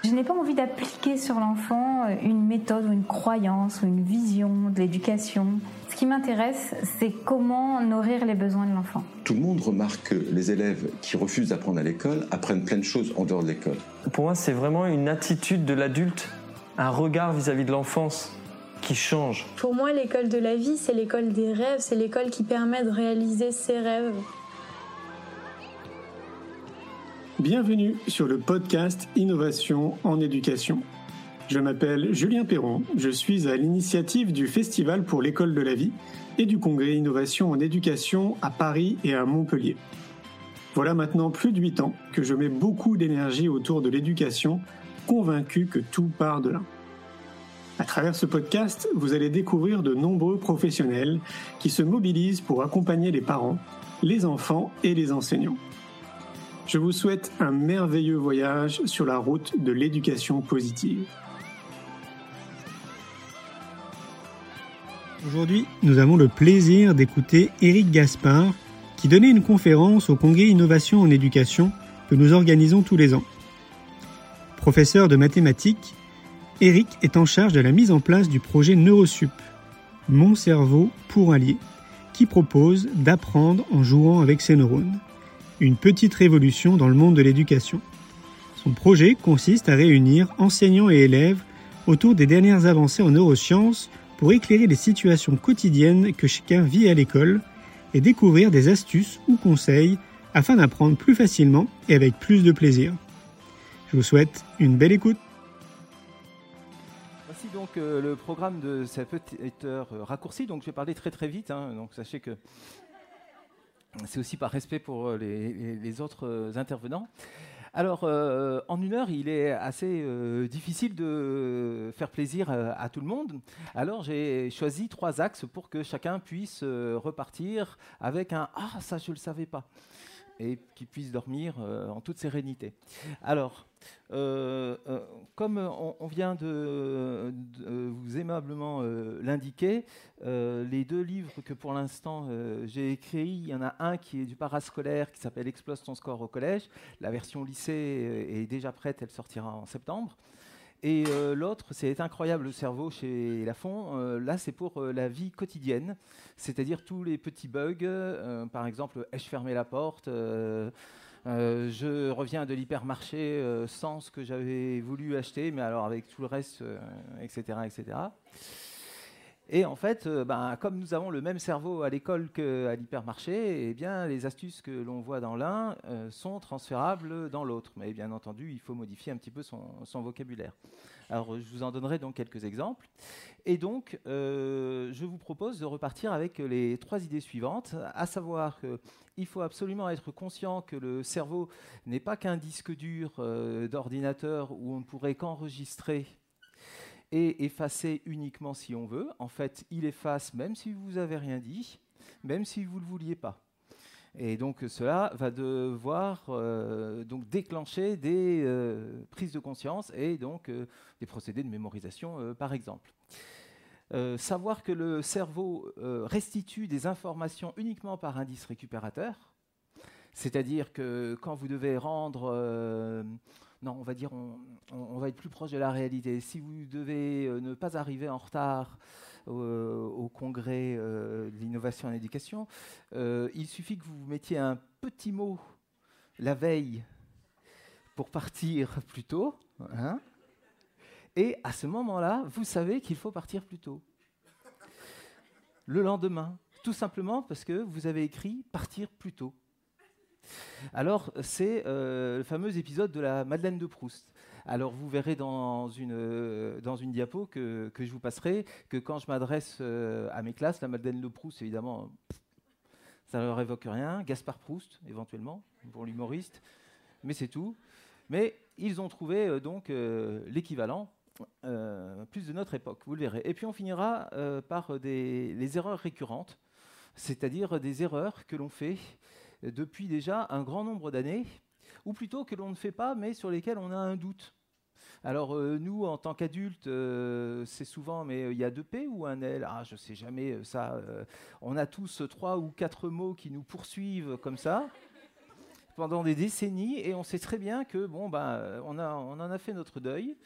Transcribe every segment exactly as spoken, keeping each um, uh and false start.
Je n'ai pas envie d'appliquer sur l'enfant une méthode ou une croyance ou une vision de l'éducation. Ce qui m'intéresse, c'est comment nourrir les besoins de l'enfant. Tout le monde remarque que les élèves qui refusent d'apprendre à l'école apprennent plein de choses en dehors de l'école. Pour moi, c'est vraiment une attitude de l'adulte, un regard vis-à-vis de l'enfance qui change. Pour moi, l'école de la vie, c'est l'école des rêves, c'est l'école qui permet de réaliser ses rêves. Bienvenue sur le podcast Innovation en éducation. Je m'appelle Julien Perron, je suis à l'initiative du Festival pour l'école de la vie et du congrès Innovation en éducation à Paris et à Montpellier. Voilà maintenant plus de huit ans que je mets beaucoup d'énergie autour de l'éducation, convaincu que tout part de là. À travers ce podcast, vous allez découvrir de nombreux professionnels qui se mobilisent pour accompagner les parents, les enfants et les enseignants. Je vous souhaite un merveilleux voyage sur la route de l'éducation positive. Aujourd'hui, nous avons le plaisir d'écouter Éric Gaspard, qui donnait une conférence au congrès Innovation en éducation que nous organisons tous les ans. Professeur de mathématiques, Éric est en charge de la mise en place du projet Neurosup, Mon cerveau pour allier, qui propose d'apprendre en jouant avec ses neurones. Une petite révolution dans le monde de l'éducation. Son projet consiste à réunir enseignants et élèves autour des dernières avancées en neurosciences pour éclairer les situations quotidiennes que chacun vit à l'école et découvrir des astuces ou conseils afin d'apprendre plus facilement et avec plus de plaisir. Je vous souhaite une belle écoute. Voici donc euh, le programme de cette petite heure euh, raccourcie. Donc je vais parler très très vite. Hein, donc sachez que c'est aussi par respect pour les, les, les autres euh, intervenants. Alors, euh, en une heure, il est assez euh, difficile de faire plaisir à, à tout le monde. Alors, j'ai choisi trois axes pour que chacun puisse euh, repartir avec un « Ah, ça, je ne le savais pas » et qu'il puisse dormir euh, en toute sérénité. Alors, euh, euh, comme on, on vient de, de vous aimablement euh, l'indiquer, euh, les deux livres que pour l'instant euh, j'ai écrits, il y en a un qui est du parascolaire qui s'appelle « Explose ton score au collège ». La version lycée est déjà prête, elle sortira en septembre. Et euh, l'autre, c'est Incroyable le cerveau chez Lafon. Euh, là, c'est pour euh, la vie quotidienne, c'est-à-dire tous les petits bugs. Euh, par exemple, ai-je fermé la porte euh, euh, Je reviens de l'hypermarché euh, sans ce que j'avais voulu acheter, mais alors avec tout le reste, euh, et cetera, et cetera. Et en fait, euh, ben, comme nous avons le même cerveau à l'école qu'à l'hypermarché, eh bien, les astuces que l'on voit dans l'un euh, sont transférables dans l'autre. Mais bien entendu, il faut modifier un petit peu son, son vocabulaire. Alors, je vous en donnerai donc quelques exemples. Et donc, euh, je vous propose de repartir avec les trois idées suivantes, à savoir qu'il faut absolument être conscient que le cerveau n'est pas qu'un disque dur euh, d'ordinateur où on ne pourrait qu'enregistrer et effacer uniquement si on veut. En fait, il efface même si vous n'avez rien dit, même si vous ne le vouliez pas. Et donc cela va devoir euh, donc déclencher des euh, prises de conscience et donc euh, des procédés de mémorisation, euh, par exemple. Euh, savoir que le cerveau euh, restitue des informations uniquement par indice récupérateur, c'est-à-dire que quand vous devez rendre... Euh, Non, on va dire, on, on va être plus proche de la réalité. Si vous devez euh, ne pas arriver en retard euh, au congrès euh, de l'innovation en éducation, euh, il suffit que vous mettiez un petit mot la veille pour partir plus tôt, hein, et à ce moment-là, vous savez qu'il faut partir plus tôt. Le lendemain, tout simplement parce que vous avez écrit « partir plus tôt ». Alors, c'est euh, le fameux épisode de la Madeleine de Proust. Alors, vous verrez dans une, euh, dans une diapo que, que je vous passerai que quand je m'adresse euh, à mes classes, la Madeleine de Proust, évidemment, ça ne leur évoque rien. Gaspard Proust, éventuellement, pour l'humoriste, mais c'est tout. Mais ils ont trouvé euh, donc euh, l'équivalent, euh, plus de notre époque, vous le verrez. Et puis, on finira euh, par des, les erreurs récurrentes, c'est-à-dire des erreurs que l'on fait depuis déjà un grand nombre d'années, ou plutôt que l'on ne fait pas, mais sur lesquelles on a un doute. Alors euh, nous, en tant qu'adultes, euh, c'est souvent, mais il y a deux P ou un L? Ah, je ne sais jamais ça. Euh, on a tous trois ou quatre mots qui nous poursuivent comme ça. pendant des décennies et on sait très bien que bon, bah, on, a, on en a fait notre deuil.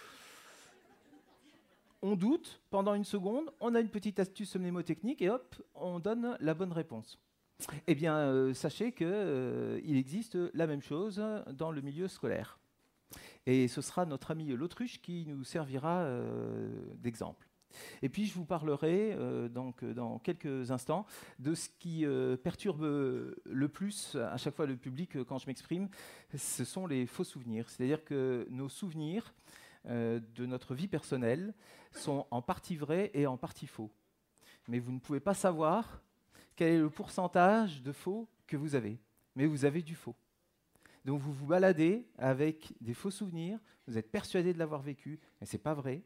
On doute pendant une seconde, on a une petite astuce mnémotechnique et hop, on donne la bonne réponse. Eh bien, euh, sachez qu'il euh, existe la même chose dans le milieu scolaire. Et ce sera notre ami l'autruche qui nous servira euh, d'exemple. Et puis, je vous parlerai euh, donc, dans quelques instants de ce qui euh, perturbe le plus à chaque fois le public euh, quand je m'exprime, ce sont les faux souvenirs. C'est-à-dire que nos souvenirs euh, de notre vie personnelle sont en partie vrais et en partie faux. Mais vous ne pouvez pas savoir quel est le pourcentage de faux que vous avez. Mais vous avez du faux. Donc vous vous baladez avec des faux souvenirs, vous êtes persuadé de l'avoir vécu, mais ce n'est pas vrai.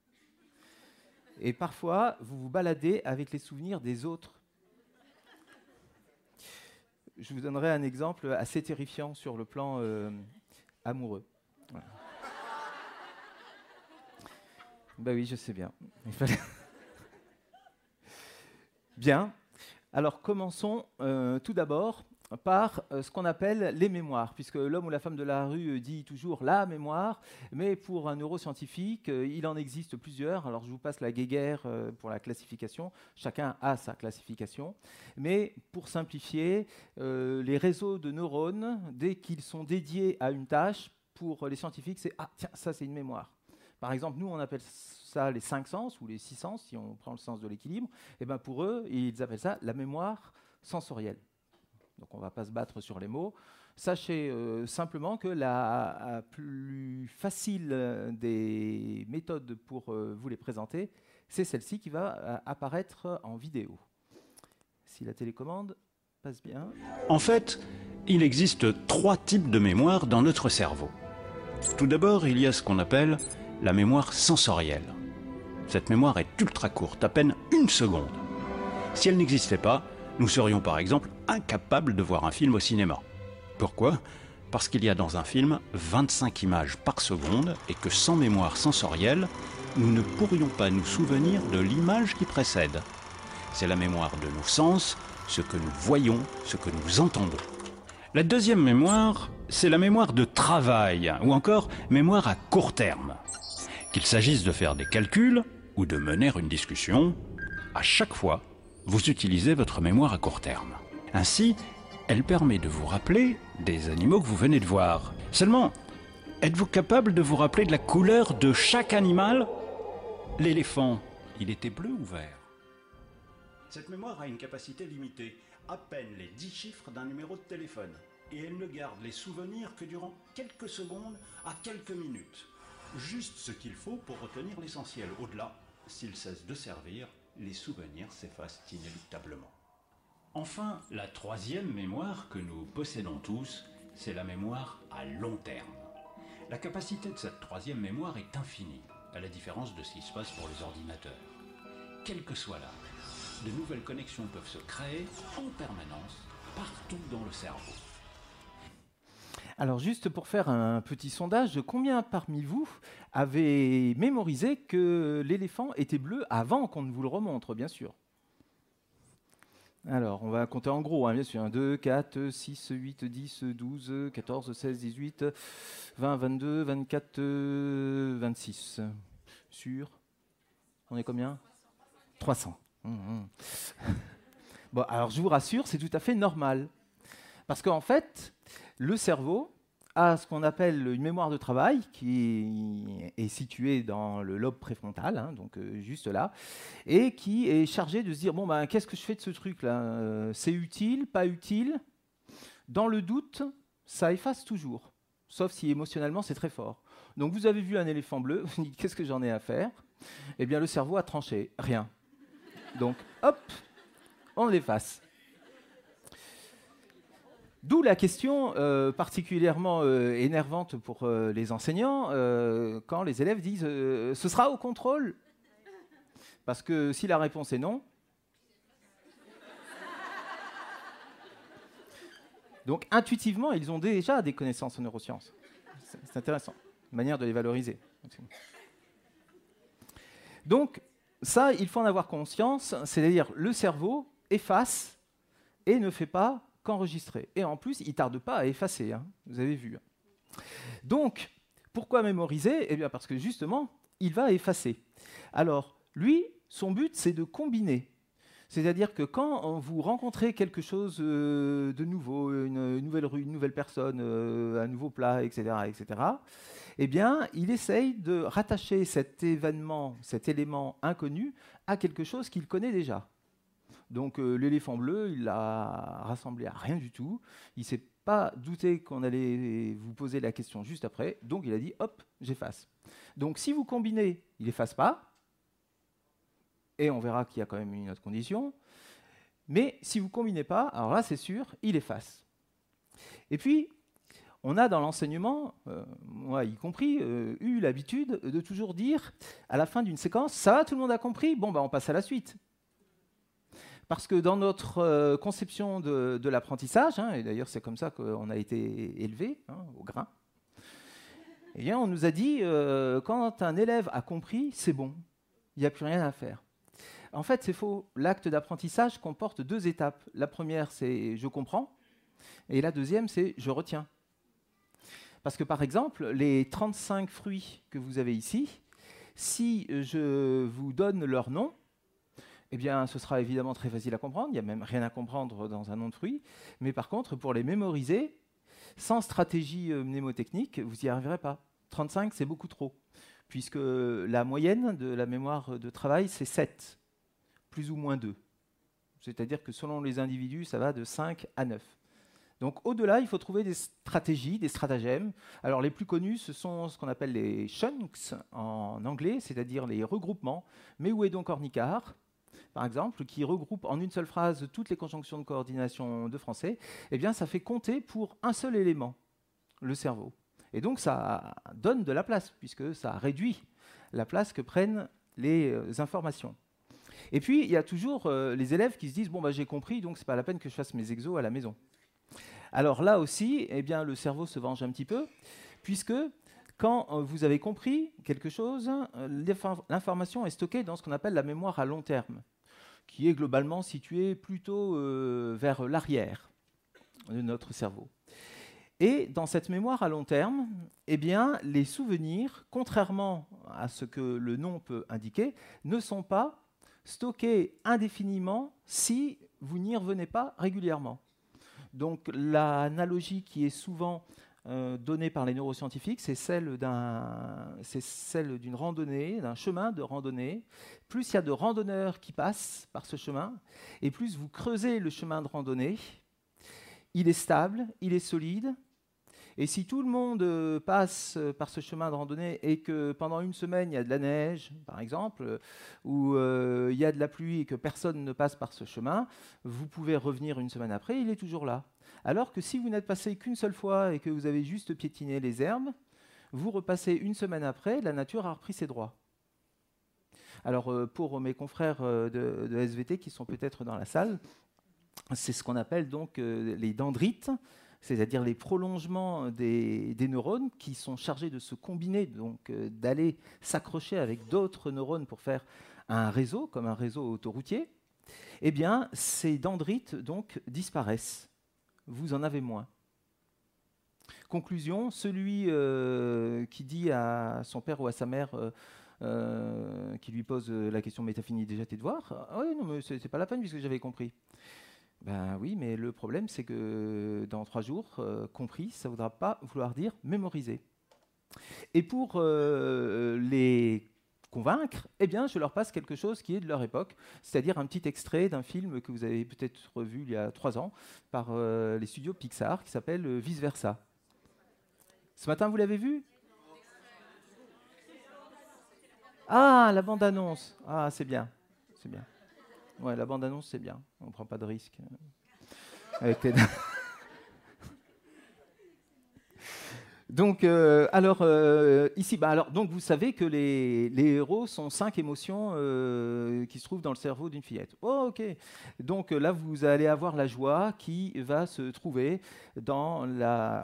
Et parfois, vous vous baladez avec les souvenirs des autres. Je vous donnerai un exemple assez terrifiant sur le plan euh, amoureux. Voilà. Ben oui, je sais bien. Il fallait bien. Alors commençons euh, tout d'abord par euh, ce qu'on appelle les mémoires, puisque l'homme ou la femme de la rue euh, dit toujours la mémoire, mais pour un neuroscientifique, euh, il en existe plusieurs. Alors je vous passe la guéguerre euh, pour la classification, chacun a sa classification, mais pour simplifier, euh, les réseaux de neurones, dès qu'ils sont dédiés à une tâche, pour les scientifiques, c'est « ah tiens, ça c'est une mémoire ». Par exemple, nous on appelle ça les cinq sens, ou les six sens, si on prend le sens de l'équilibre, et ben pour eux, ils appellent ça la mémoire sensorielle. Donc on ne va pas se battre sur les mots. Sachez euh, simplement que la, la plus facile euh, des méthodes pour euh, vous les présenter, c'est celle-ci qui va euh, apparaître en vidéo. Si la télécommande passe bien. En fait, il existe trois types de mémoire dans notre cerveau. Tout d'abord, il y a ce qu'on appelle la mémoire sensorielle. Cette mémoire est ultra courte, à peine une seconde. Si elle n'existait pas, nous serions par exemple incapables de voir un film au cinéma. Pourquoi ? Parce qu'il y a dans un film vingt-cinq images par seconde et que sans mémoire sensorielle, nous ne pourrions pas nous souvenir de l'image qui précède. C'est la mémoire de nos sens, ce que nous voyons, ce que nous entendons. La deuxième mémoire, c'est la mémoire de travail, ou encore mémoire à court terme. Qu'il s'agisse de faire des calculs ou de mener une discussion, à chaque fois, vous utilisez votre mémoire à court terme. Ainsi, elle permet de vous rappeler des animaux que vous venez de voir. Seulement, êtes-vous capable de vous rappeler de la couleur de chaque animal ? L'éléphant, il était bleu ou vert ? Cette mémoire a une capacité limitée, à peine les dix chiffres d'un numéro de téléphone. Et elle ne garde les souvenirs que durant quelques secondes à quelques minutes. Juste ce qu'il faut pour retenir l'essentiel. Au-delà, s'il cesse de servir, les souvenirs s'effacent inéluctablement. Enfin, la troisième mémoire que nous possédons tous, c'est la mémoire à long terme. La capacité de cette troisième mémoire est infinie, à la différence de ce qui se passe pour les ordinateurs. Quel que soit l'âge, de nouvelles connexions peuvent se créer en permanence, partout dans le cerveau. Alors juste pour faire un petit sondage, combien parmi vous avez mémorisé que l'éléphant était bleu avant qu'on ne vous le remontre, bien sûr? Alors, on va compter en gros, hein, bien sûr. deux, quatre, six, huit, dix, douze, quatorze, seize, dix-huit, vingt, vingt-deux, vingt-quatre, vingt-six. Sûr? On est combien? trois cents. Mmh, mmh. Bon, alors je vous rassure, c'est tout à fait normal. Parce qu'en fait, le cerveau a ce qu'on appelle une mémoire de travail qui est située dans le lobe préfrontal, hein, donc euh, juste là, et qui est chargée de se dire, bon, ben, qu'est-ce que je fais de ce truc-là euh, c'est utile, pas utile? Dans le doute, ça efface toujours, sauf si émotionnellement c'est très fort. Donc vous avez vu un éléphant bleu, vous dites, qu'est-ce que j'en ai à faire? Eh bien, le cerveau a tranché, rien. Donc, hop, on l'efface. D'où la question euh, particulièrement euh, énervante pour euh, les enseignants euh, quand les élèves disent euh, « ce sera au contrôle ». Parce que si la réponse est non, donc intuitivement, ils ont déjà des connaissances en neurosciences. C'est, c'est intéressant, une manière de les valoriser. Donc ça, il faut en avoir conscience, c'est-à-dire le cerveau efface et ne fait pas qu'enregistrer. Et en plus, il ne tarde pas à effacer, hein, vous avez vu. Donc, pourquoi mémoriser? Eh bien, parce que justement, il va effacer. Alors, lui, son but, c'est de combiner. C'est-à-dire que quand vous rencontrez quelque chose euh, de nouveau, une, une nouvelle rue, une nouvelle personne, euh, un nouveau plat, et cetera, et cetera, eh bien, il essaye de rattacher cet événement, cet élément inconnu, à quelque chose qu'il connaît déjà. Donc, euh, l'éléphant bleu, il l'a rassemblé à rien du tout. Il ne s'est pas douté qu'on allait vous poser la question juste après. Donc, il a dit, hop, j'efface. Donc, si vous combinez, il n'efface pas. Et on verra qu'il y a quand même une autre condition. Mais si vous ne combinez pas, alors là, c'est sûr, il efface. Et puis, on a dans l'enseignement, euh, moi y compris, euh, eu l'habitude de toujours dire, à la fin d'une séquence, ça va, tout le monde a compris? Bon, ben, on passe à la suite. Parce que dans notre euh, conception de, de l'apprentissage, hein, et d'ailleurs c'est comme ça qu'on a été élevé, hein, au grain, eh bien, on nous a dit, euh, quand un élève a compris, c'est bon, il n'y a plus rien à faire. En fait, c'est faux. L'acte d'apprentissage comporte deux étapes. La première, c'est « je comprends », et la deuxième, c'est « je retiens ». Parce que, par exemple, les trente-cinq fruits que vous avez ici, si je vous donne leur nom, eh bien, ce sera évidemment très facile à comprendre. Il n'y a même rien à comprendre dans un nom de fruit. Mais par contre, pour les mémoriser, sans stratégie euh, mnémotechnique, vous n'y arriverez pas. trente-cinq, c'est beaucoup trop, puisque la moyenne de la mémoire de travail, c'est sept. Plus ou moins deux. C'est-à-dire que selon les individus, ça va de cinq à neuf. Donc au-delà, il faut trouver des stratégies, des stratagèmes. Alors les plus connus, ce sont ce qu'on appelle les chunks en anglais, c'est-à-dire les regroupements. Mais où est donc Ornicart, par exemple, qui regroupe en une seule phrase toutes les conjonctions de coordination de français? Eh bien, ça fait compter pour un seul élément, le cerveau. Et donc ça donne de la place, puisque ça réduit la place que prennent les euh, informations. Et puis, il y a toujours euh, les élèves qui se disent « bon, bah, j'ai compris, donc ce n'est pas la peine que je fasse mes exos à la maison ». Alors là aussi, eh bien, le cerveau se venge un petit peu, puisque quand euh, vous avez compris quelque chose, euh, l'information est stockée dans ce qu'on appelle la mémoire à long terme, qui est globalement située plutôt euh, vers l'arrière de notre cerveau. Et dans cette mémoire à long terme, eh bien, les souvenirs, contrairement à ce que le nom peut indiquer, ne sont pas stockés indéfiniment si vous n'y revenez pas régulièrement. Donc l'analogie qui est souvent euh, donnée par les neuroscientifiques, c'est celle d'un, c'est celle d'une randonnée, d'un chemin de randonnée. Plus il y a de randonneurs qui passent par ce chemin, et plus vous creusez le chemin de randonnée, il est stable, il est solide. Et si tout le monde euh, passe euh, par ce chemin de randonnée et que pendant une semaine, il y a de la neige, par exemple, euh, ou euh, il y a de la pluie et que personne ne passe par ce chemin, vous pouvez revenir une semaine après, il est toujours là. Alors que si vous n'êtes passé qu'une seule fois et que vous avez juste piétiné les herbes, vous repassez une semaine après, la nature a repris ses droits. Alors euh, pour mes confrères euh, de, de S V T qui sont peut-être dans la salle, c'est ce qu'on appelle donc euh, les dendrites, c'est-à-dire les prolongements des, des neurones qui sont chargés de se combiner, donc euh, d'aller s'accrocher avec d'autres neurones pour faire un réseau, comme un réseau autoroutier. Eh bien, ces dendrites donc disparaissent. Vous en avez moins. Conclusion, celui euh, qui dit à son père ou à sa mère, euh, euh, qui lui pose la question « mais t'as fini déjà tes devoirs ?»« Ah oui, non, mais c'est, c'est pas la peine puisque j'avais compris. » Ben oui, mais le problème, c'est que dans trois jours, euh, compris, ça ne voudra pas vouloir dire mémoriser. Et pour euh, les convaincre, eh bien, je leur passe quelque chose qui est de leur époque, c'est-à-dire un petit extrait d'un film que vous avez peut-être vu il y a trois ans par euh, les studios Pixar, qui s'appelle euh, Vice Versa. Ce matin, vous l'avez vu? Ah, la bande-annonce. Ah, c'est bien, c'est bien. Ouais, la bande-annonce, c'est bien. On ne prend pas de risque. Avec les... donc, euh, alors, euh, ici, bah, alors, donc, vous savez que les, les héros sont cinq émotions euh, qui se trouvent dans le cerveau d'une fillette. Oh, ok. Donc, là, vous allez avoir la joie qui va se trouver dans la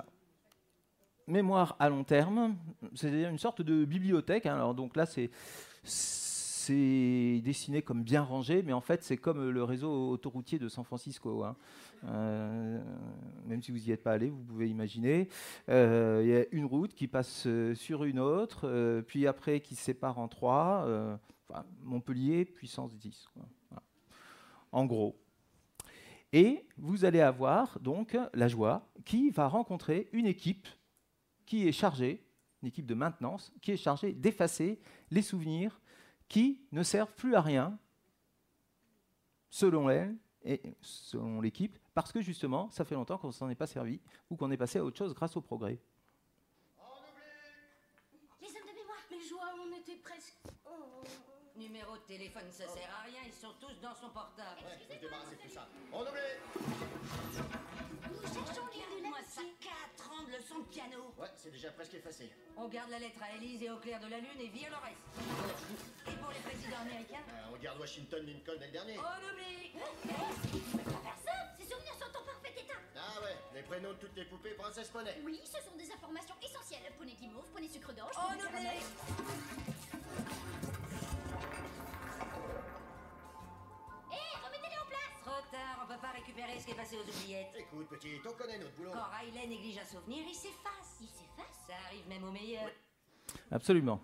mémoire à long terme, c'est-à-dire une sorte de bibliothèque. Hein. Alors, donc là, c'est... c'est dessiné comme bien rangé, mais en fait, c'est comme le réseau autoroutier de San Francisco. Hein. Euh, même si vous n'y êtes pas allé, vous pouvez imaginer. Euh, il y a une route qui passe sur une autre, euh, puis après qui se sépare en trois. Euh, enfin, Montpellier, puissance dix. Quoi. Voilà. En gros. Et vous allez avoir donc la joie qui va rencontrer une équipe qui est chargée, une équipe de maintenance, qui est chargée d'effacer les souvenirs qui ne servent plus à rien, selon elle et selon l'équipe, parce que justement, ça fait longtemps qu'on ne s'en est pas servi ou qu'on est passé à autre chose grâce au progrès. Les hommes de mémoire, les joies, on était presque... Oh. Numéro de téléphone, ça oh. sert à rien, ils sont tous dans son portable. Ouais, vous débarrassez de tout ça. On oublie. Nous cherchons l'île de moi ça quatre ans de leçons de piano. Ouais, c'est déjà presque effacé. On garde la lettre à Élise et au clair de la lune et vire le reste. Et pour les présidents américains euh, On garde Washington, Lincoln et le dernier. On oublie. Tu peux pas faire ça. Ces souvenirs sont en parfait état. Ah ouais, les prénoms de toutes les poupées Princesse Poney. Oui, ce sont des informations essentielles. Poney guimauve, poney sucre d'orge. On oublie. Trop tard, on peut pas récupérer ce qui est passé aux oubliettes. Écoute, petit, on connaît notre boulot. Quand Riley néglige un souvenir, il s'efface. Il s'efface. Ça arrive même au meilleur. Oui. Absolument.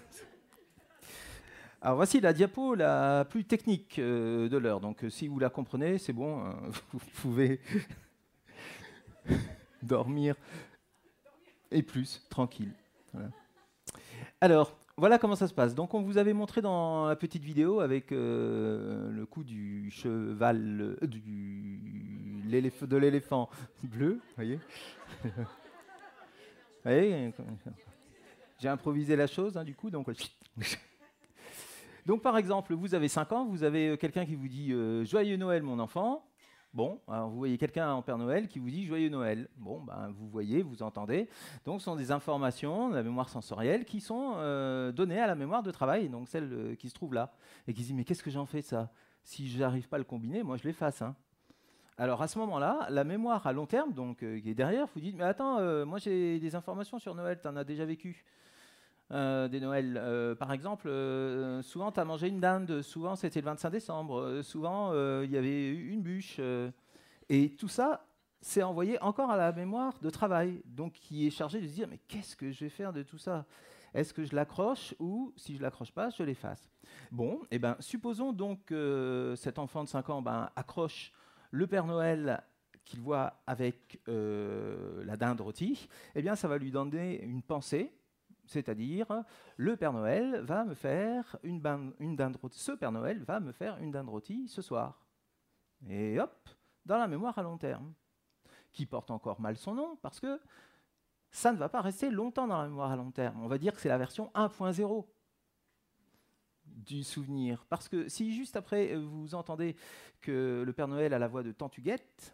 Alors voici la diapo la plus technique euh, de l'heure. Donc euh, si vous la comprenez, c'est bon, euh, vous pouvez dormir et plus, tranquille. Voilà. Alors, voilà comment ça se passe. Donc, on vous avait montré dans la petite vidéo avec euh, le coup du cheval, euh, du, l'éléph- de l'éléphant bleu. Vous voyez, vous voyez, j'ai improvisé la chose, hein, du coup. Donc, donc, par exemple, vous avez cinq ans, vous avez quelqu'un qui vous dit euh, « Joyeux Noël, mon enfant ». Bon, alors vous voyez quelqu'un en Père Noël qui vous dit « Joyeux Noël ». Bon, ben, vous voyez, vous entendez. Donc, ce sont des informations de la mémoire sensorielle qui sont euh, données à la mémoire de travail, donc celle euh, qui se trouve là. Et qui se dit « Mais qu'est-ce que j'en fais de ça ? Si je n'arrive pas à le combiner, moi, je l'efface. Hein. » Alors, à ce moment-là, la mémoire à long terme, donc, euh, qui est derrière, vous dites « Mais attends, euh, moi, j'ai des informations sur Noël, tu en as déjà vécu. » Euh, des Noëls. Euh, par exemple, euh, souvent, tu as mangé une dinde, souvent, c'était le vingt-cinq décembre, euh, souvent, il euh, y avait une bûche. Euh, et tout ça, c'est envoyé encore à la mémoire de travail, donc qui est chargée de se dire, mais qu'est-ce que je vais faire de tout ça ? Est-ce que je l'accroche ou, si je ne l'accroche pas, je l'efface ? Bon, eh ben, supposons donc que euh, cet enfant de cinq ans ben, accroche le Père Noël qu'il voit avec euh, la dinde rôtie, eh bien, ça va lui donner une pensée. C'est-à-dire, le Père Noël va me faire une, ban- une dinde rôtie. Ce Père Noël va me faire une dinde rôtie ce soir. Et hop, dans la mémoire à long terme, qui porte encore mal son nom, parce que ça ne va pas rester longtemps dans la mémoire à long terme. On va dire que c'est la version un point zéro du souvenir. Parce que si juste après, vous entendez que le Père Noël a la voix de Tantuguette,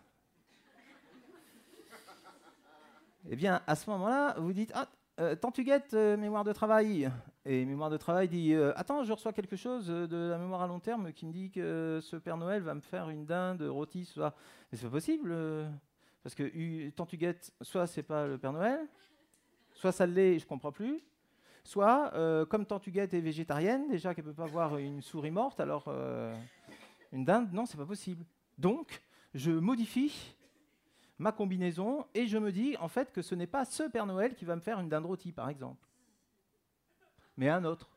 eh bien, à ce moment-là, vous dites... Ah, Euh, Tantuguette, euh, mémoire de travail. Et mémoire de travail dit euh, Attends, je reçois quelque chose euh, de la mémoire à long terme qui me dit que euh, ce Père Noël va me faire une dinde rôtie ce soir. Mais c'est pas possible. Euh, parce que euh, Tantuguette, soit c'est pas le Père Noël, soit ça l'est et je comprends plus. Soit, euh, comme Tantuguette est végétarienne, déjà qu'elle peut pas voir une souris morte, alors euh, une dinde, non, c'est pas possible. Donc, je modifie ma combinaison, et je me dis en fait que ce n'est pas ce Père Noël qui va me faire une dinde rôtie, par exemple, mais un autre.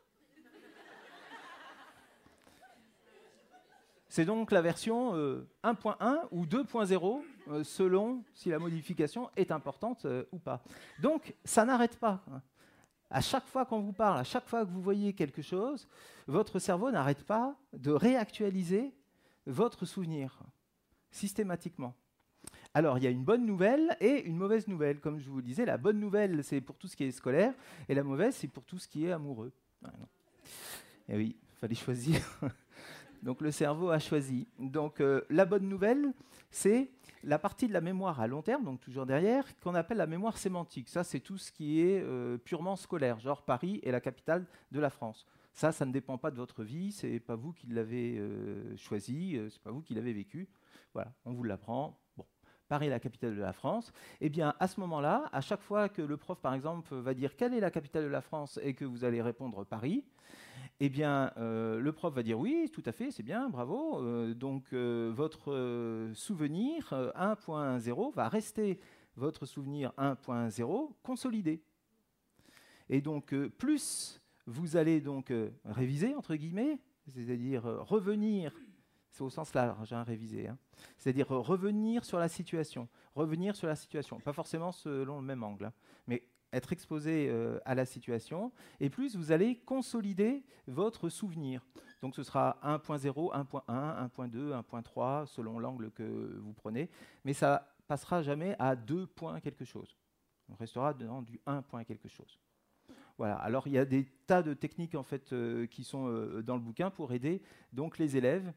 C'est donc la version euh, un point un ou deux point zéro, euh, selon si la modification est importante euh, ou pas. Donc, ça n'arrête pas. Hein. À chaque fois qu'on vous parle, à chaque fois que vous voyez quelque chose, votre cerveau n'arrête pas de réactualiser votre souvenir, systématiquement. Alors, il y a une bonne nouvelle et une mauvaise nouvelle. Comme je vous le disais, la bonne nouvelle, c'est pour tout ce qui est scolaire, et la mauvaise, c'est pour tout ce qui est amoureux. Ah, non. Et oui, il fallait choisir. Donc, le cerveau a choisi. Donc, euh, la bonne nouvelle, c'est la partie de la mémoire à long terme, donc toujours derrière, qu'on appelle la mémoire sémantique. Ça, c'est tout ce qui est euh, purement scolaire, genre Paris est la capitale de la France. Ça, ça ne dépend pas de votre vie, c'est pas vous qui l'avez euh, choisi, euh, c'est pas vous qui l'avez vécu. Voilà, on vous l'apprend. Bon. Paris est la capitale de la France, eh bien, à ce moment-là, à chaque fois que le prof, par exemple, va dire quelle est la capitale de la France et que vous allez répondre Paris, eh bien, euh, le prof va dire oui, tout à fait, c'est bien, bravo. Euh, donc, euh, votre euh, souvenir euh, un point zéro va rester votre souvenir un point zéro consolidé. Et donc, euh, plus vous allez donc euh, réviser, entre guillemets, c'est-à-dire euh, revenir, c'est au sens large, hein, réviser, hein, c'est-à-dire euh, revenir sur la situation, revenir sur la situation, pas forcément selon le même angle, hein, mais être exposé euh, à la situation, et plus vous allez consolider votre souvenir. Donc ce sera un point zéro, un point un, un point deux, un point trois, selon l'angle que vous prenez, mais ça passera jamais à deux points quelque chose. On restera dans du un point quelque chose. Voilà. Alors il y a des tas de techniques en fait euh, qui sont euh, dans le bouquin pour aider donc les élèves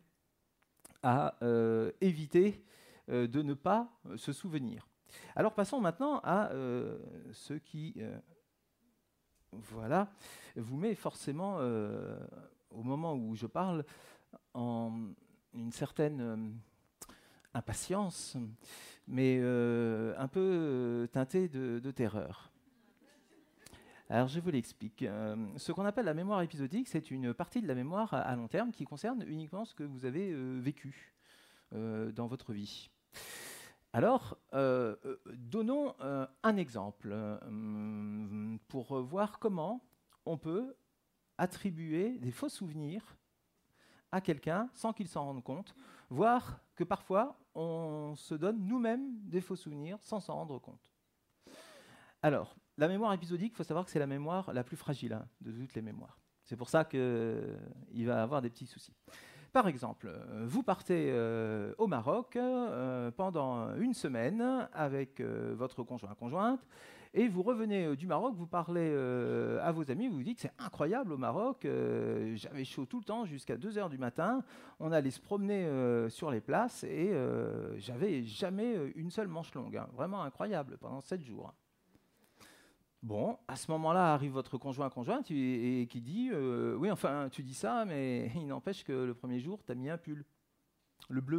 à euh, éviter euh, de ne pas euh, se souvenir. Alors passons maintenant à euh, ce qui, euh, voilà, vous met forcément, euh, au moment où je parle, en une certaine euh, impatience, mais euh, un peu euh, teintée de, de terreur. Alors je vous l'explique. Euh, ce qu'on appelle la mémoire épisodique, c'est une partie de la mémoire à, à long terme qui concerne uniquement ce que vous avez euh, vécu euh, dans votre vie. Alors, euh, euh, donnons euh, un exemple euh, pour voir comment on peut attribuer des faux souvenirs à quelqu'un sans qu'il s'en rende compte, voire que parfois on se donne nous-mêmes des faux souvenirs sans s'en rendre compte. Alors, la mémoire épisodique, il faut savoir que c'est la mémoire la plus fragile hein, de toutes les mémoires. C'est pour ça qu'il euh, va avoir des petits soucis. Par exemple, euh, vous partez euh, au Maroc euh, pendant une semaine avec euh, votre conjoint-conjointe et vous revenez euh, du Maroc, vous parlez euh, à vos amis, vous vous dites c'est incroyable au Maroc, euh, j'avais chaud tout le temps jusqu'à deux heures du matin, on allait se promener euh, sur les places et euh, j'avais jamais une seule manche longue, hein, vraiment incroyable pendant sept jours. Bon, à ce moment-là, arrive votre conjoint-conjointe et, et qui dit euh, « Oui, enfin, tu dis ça, mais il n'empêche que le premier jour, tu as mis un pull, le bleu. »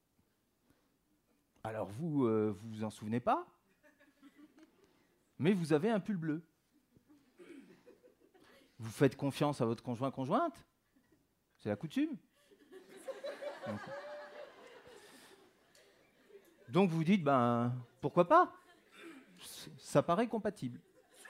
Alors vous, euh, vous vous en souvenez pas, mais vous avez un pull bleu. Vous faites confiance à votre conjoint-conjointe, c'est la coutume. Donc, donc vous dites « Ben, pourquoi pas ? Ça paraît compatible. »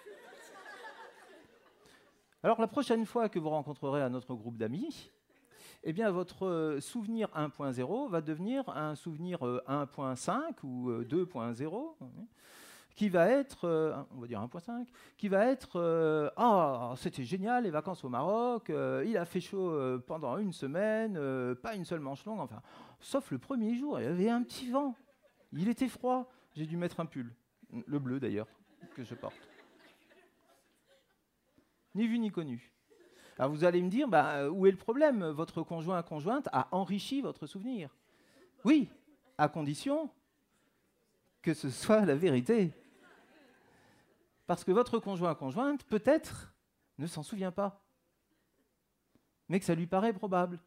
Alors la prochaine fois que vous rencontrerez un autre groupe d'amis, eh bien votre euh, souvenir un point zéro va devenir un souvenir euh, un point cinq ou euh, deux point zéro, hein, qui va être, euh, on va dire un point cinq, qui va être euh, ah c'était génial les vacances au Maroc, euh, il a fait chaud euh, pendant une semaine, euh, pas une seule manche longue, enfin, sauf le premier jour, il y avait un petit vent, il était froid, j'ai dû mettre un pull, le bleu d'ailleurs que je porte. Ni vu ni connu. Alors vous allez me dire, bah, où est le problème? Votre conjoint-conjointe a enrichi votre souvenir. Oui, à condition que ce soit la vérité. Parce que votre conjoint-conjointe, peut-être, ne s'en souvient pas, mais que ça lui paraît probable.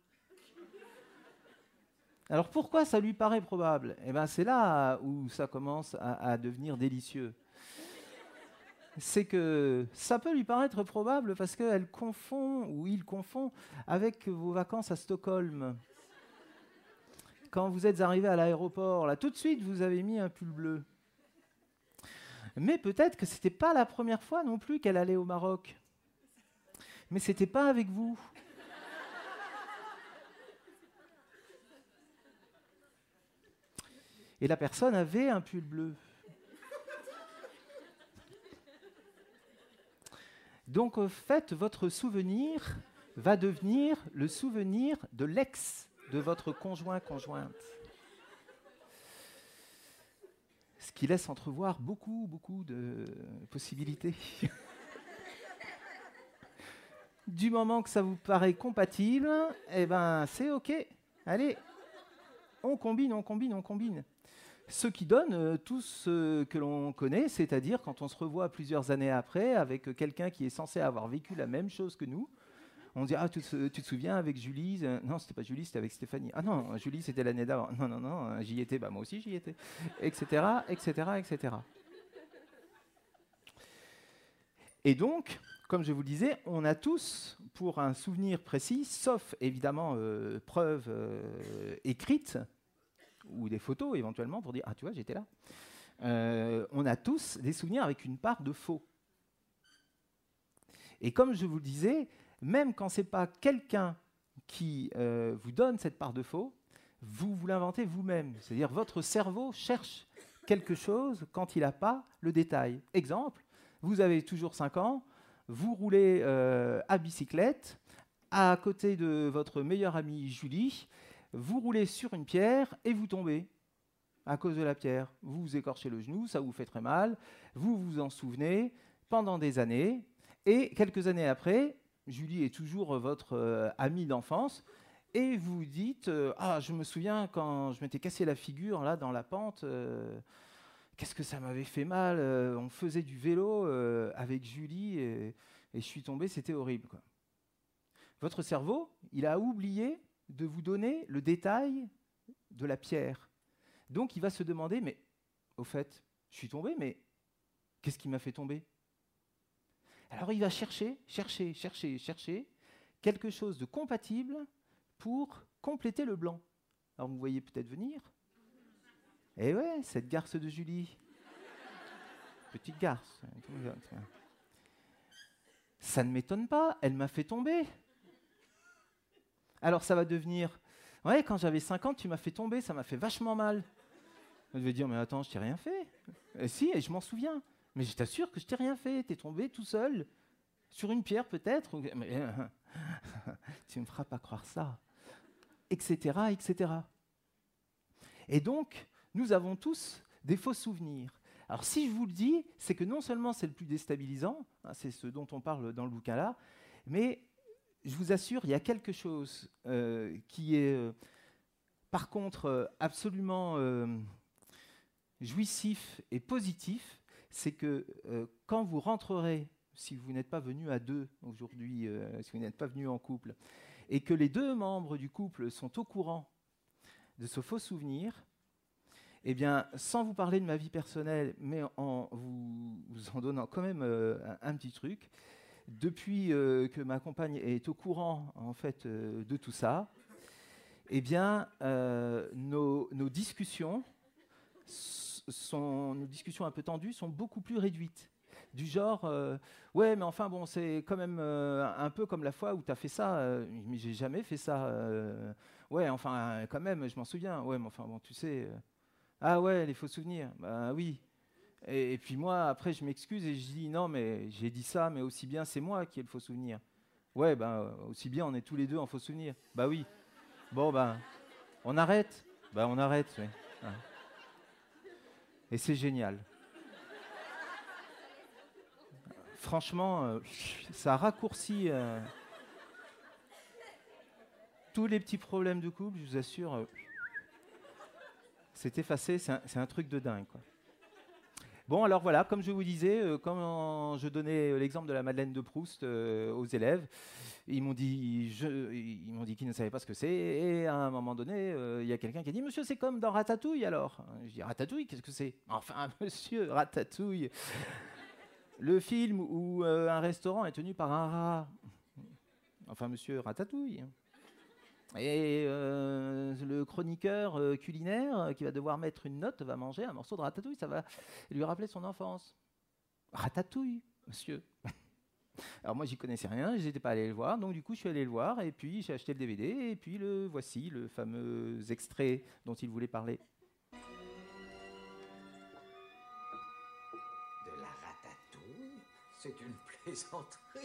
Alors pourquoi ça lui paraît probable? Eh bien, c'est là où ça commence à, à devenir délicieux. C'est que ça peut lui paraître probable parce qu'elle confond, ou il confond, avec vos vacances à Stockholm. Quand vous êtes arrivé à l'aéroport, là, tout de suite, vous avez mis un pull bleu. Mais peut-être que ce n'était pas la première fois non plus qu'elle allait au Maroc. Mais ce n'était pas avec vous. Et la personne avait un pull bleu. Donc, en fait, votre souvenir va devenir le souvenir de l'ex de votre conjoint-conjointe. Ce qui laisse entrevoir beaucoup, beaucoup de possibilités. Du moment que ça vous paraît compatible, eh ben, c'est OK. Allez, on combine, on combine, on combine. Ce qui donne euh, tout ce que l'on connaît, c'est-à-dire quand on se revoit plusieurs années après avec quelqu'un qui est censé avoir vécu la même chose que nous, on dit « Ah, tu te, tu te souviens avec Julie euh, ?» Non, c'était pas Julie, c'était avec Stéphanie. « Ah non, Julie, c'était l'année d'avant. » Non, non, non, j'y étais, bah moi aussi j'y étais, et cetera, et cetera, et cetera. Et donc, comme je vous le disais, on a tous, pour un souvenir précis, sauf évidemment euh, preuves euh, écrites, ou des photos éventuellement, pour dire « Ah, tu vois, j'étais là euh, ». On a tous des souvenirs avec une part de faux. Et comme je vous le disais, même quand ce n'est pas quelqu'un qui euh, vous donne cette part de faux, vous vous l'inventez vous-même. C'est-à-dire votre cerveau cherche quelque chose quand il n'a pas le détail. Exemple, vous avez toujours cinq ans, vous roulez euh, à bicyclette, à côté de votre meilleure amie Julie, vous roulez sur une pierre et vous tombez à cause de la pierre. Vous vous écorchez le genou, ça vous fait très mal, vous vous en souvenez pendant des années, et quelques années après, Julie est toujours votre euh, amie d'enfance, et vous dites euh, « Ah, je me souviens quand je m'étais cassé la figure là dans la pente, euh, qu'est-ce que ça m'avait fait mal, euh, on faisait du vélo euh, avec Julie et, et je suis tombé, c'était horrible. » quoi. Votre cerveau, il a oublié de vous donner le détail de la pierre. Donc il va se demander « Mais au fait, je suis tombé, mais qu'est-ce qui m'a fait tomber ?» Alors il va chercher, chercher, chercher, chercher quelque chose de compatible pour compléter le blanc. Alors vous voyez peut-être venir. Eh ouais, cette garce de Julie. Petite garce. Ça ne m'étonne pas, elle m'a fait tomber. Alors ça va devenir, ouais, quand j'avais cinq ans, tu m'as fait tomber, ça m'a fait vachement mal. Je vais dire, mais attends, je t'ai rien fait. Et si, et je m'en souviens. Mais je t'assure que je t'ai rien fait, t'es tombé tout seul, sur une pierre peut-être. Mais tu me feras pas croire ça. Etc, et cetera. Et donc, nous avons tous des faux souvenirs. Alors si je vous le dis, c'est que non seulement c'est le plus déstabilisant, hein, c'est ce dont on parle dans le bouquin là, mais je vous assure, il y a quelque chose euh, qui est, euh, par contre, euh, absolument euh, jouissif et positif, c'est que euh, quand vous rentrerez, si vous n'êtes pas venu à deux aujourd'hui, euh, si vous n'êtes pas venu en couple, et que les deux membres du couple sont au courant de ce faux souvenir, eh bien, sans vous parler de ma vie personnelle, mais en vous, vous en donnant quand même euh, un, un petit truc, depuis euh, que ma compagne est au courant en fait euh, de tout ça, eh bien, euh, nos, nos discussions sont, nos discussions un peu tendues sont beaucoup plus réduites. Du genre, euh, ouais, mais enfin, bon, c'est quand même euh, un peu comme la fois où tu as fait ça. Euh, mais j'ai jamais fait ça. Euh, ouais, enfin, quand même, je m'en souviens. Ouais, mais enfin, bon, tu sais. Euh, ah ouais, les faux souvenirs. Bah oui. Et, et puis moi, après, je m'excuse et je dis, non, mais j'ai dit ça, mais aussi bien, c'est moi qui ai le faux souvenir. Ouais, ben, aussi bien, on est tous les deux en faux souvenir. Bah oui. Bon, ben, on arrête. Bah, on arrête, oui. Ouais. Et c'est génial. Franchement, euh, ça raccourcit euh, tous les petits problèmes de couple, je vous assure. Euh, c'est effacé, c'est un, c'est un truc de dingue, quoi. Bon, alors voilà, comme je vous disais, euh, quand je donnais l'exemple de la Madeleine de Proust euh, aux élèves, ils m'ont dit, je, ils m'ont dit qu'ils ne savaient pas ce que c'est, et à un moment donné, euh, il y a quelqu'un qui a dit « Monsieur, c'est comme dans Ratatouille, alors ?» Je dis « Ratatouille, qu'est-ce que c'est ?»« Enfin, monsieur, Ratatouille !» Le film où euh, un restaurant est tenu par un rat. Enfin, monsieur Ratatouille. Et euh, le chroniqueur euh, culinaire euh, qui va devoir mettre une note va manger un morceau de ratatouille. Ça va lui rappeler son enfance. Ratatouille, monsieur. Alors moi, j'y connaissais rien, je n'étais pas allé le voir. Donc du coup, je suis allé le voir et puis j'ai acheté le D V D. Et puis le voici, le fameux extrait dont il voulait parler. C'est une plaisanterie.